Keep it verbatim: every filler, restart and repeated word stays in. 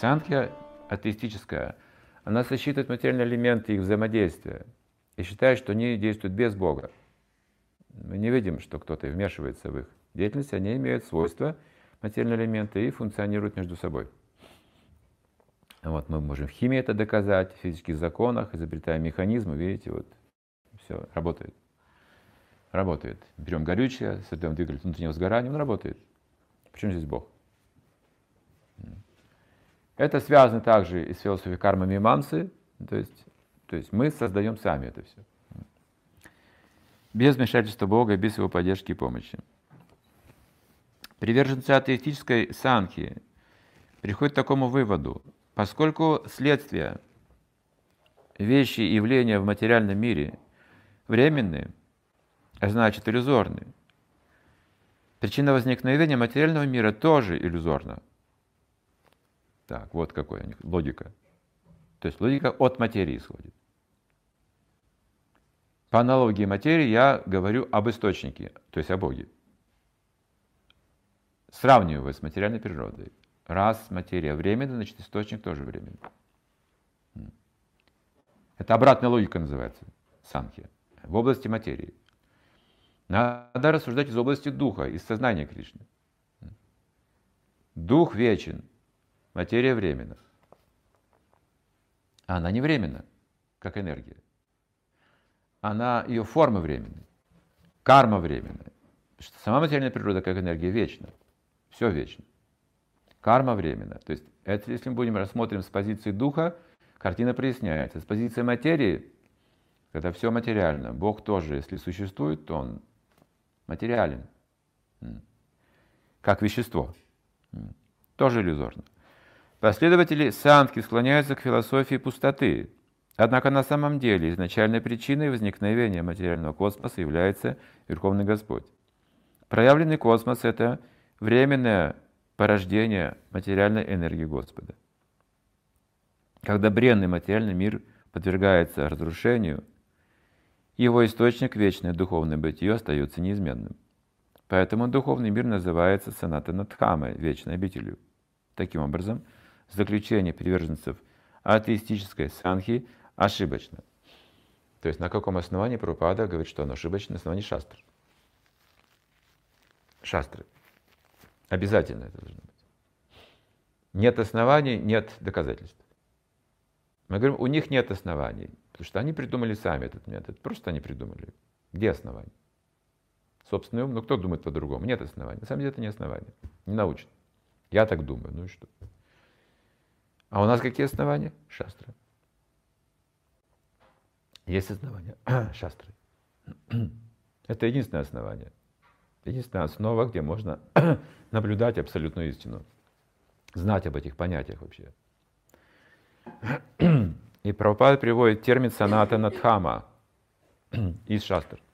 Санхья атеистическая, она сосчитывает материальные элементы их взаимодействия и считает, что они действуют без Бога. Мы не видим, что кто-то вмешивается в их деятельность, они имеют свойства, материальные элементы, и функционируют между собой. Вот мы можем в химии это доказать, в физических законах, изобретаем механизмы, видите, вот все работает. Работает. Берем горючее, создаем двигатель внутреннего сгорания, он работает. Почему здесь Бог? Это связано также и с философией кармы мимамсы, то есть, то есть мы создаем сами это все. Без вмешательства Бога, без его поддержки и помощи. Приверженцы атеистической санхи приходят к такому выводу: поскольку следствия, вещи и явления в материальном мире временные, а значит иллюзорны, причина возникновения материального мира тоже иллюзорна. Так, вот какая у них логика. То есть логика от материи исходит. По аналогии материи я говорю об источнике, то есть о Боге. Сравниваю его с материальной природой. Раз материя временна, значит источник тоже временный. Это обратная логика называется, санхья, в области материи. Надо рассуждать из области духа, из сознания Кришны. Дух вечен, материя временна. А она не временна, как энергия. Она, ее форма временная, карма временная. Потому что сама материальная природа, как энергия, вечна. Все вечно. Карма временна. То есть, это, если мы будем рассмотрим с позиции духа, картина проясняется. С позиции материи, когда все материально, Бог тоже, если существует, то Он материален, как вещество. Тоже иллюзорно. Последователи санхи склоняются к философии пустоты. Однако на самом деле изначальной причиной возникновения материального космоса является Верховный Господь. Проявленный космос — это временное порождение материальной энергии Господа. Когда бренный материальный мир подвергается разрушению, его источник, вечное духовное бытие, остается неизменным. Поэтому духовный мир называется Санатана Дхамой, вечной обителью. Таким образом, заключение приверженцев атеистической санхи ошибочно. То есть на каком основании Прабхупада говорит, что оно ошибочно? На основании шастр. Шастры. Обязательно это должно быть. Нет оснований, нет доказательств. Мы говорим, у них нет оснований, потому что они придумали сами этот метод. Просто они придумали. Где основания? Собственный ум, но кто думает по-другому? Нет оснований. На самом деле это не основания. Не научно. Я так думаю, ну и что? А у нас какие основания? Шастры. Есть основания. Шастры. Это единственное основание. Единственная основа, где можно наблюдать абсолютную истину. Знать об этих понятиях вообще. И Прабхупада приводит термин санатана дхама из шастр.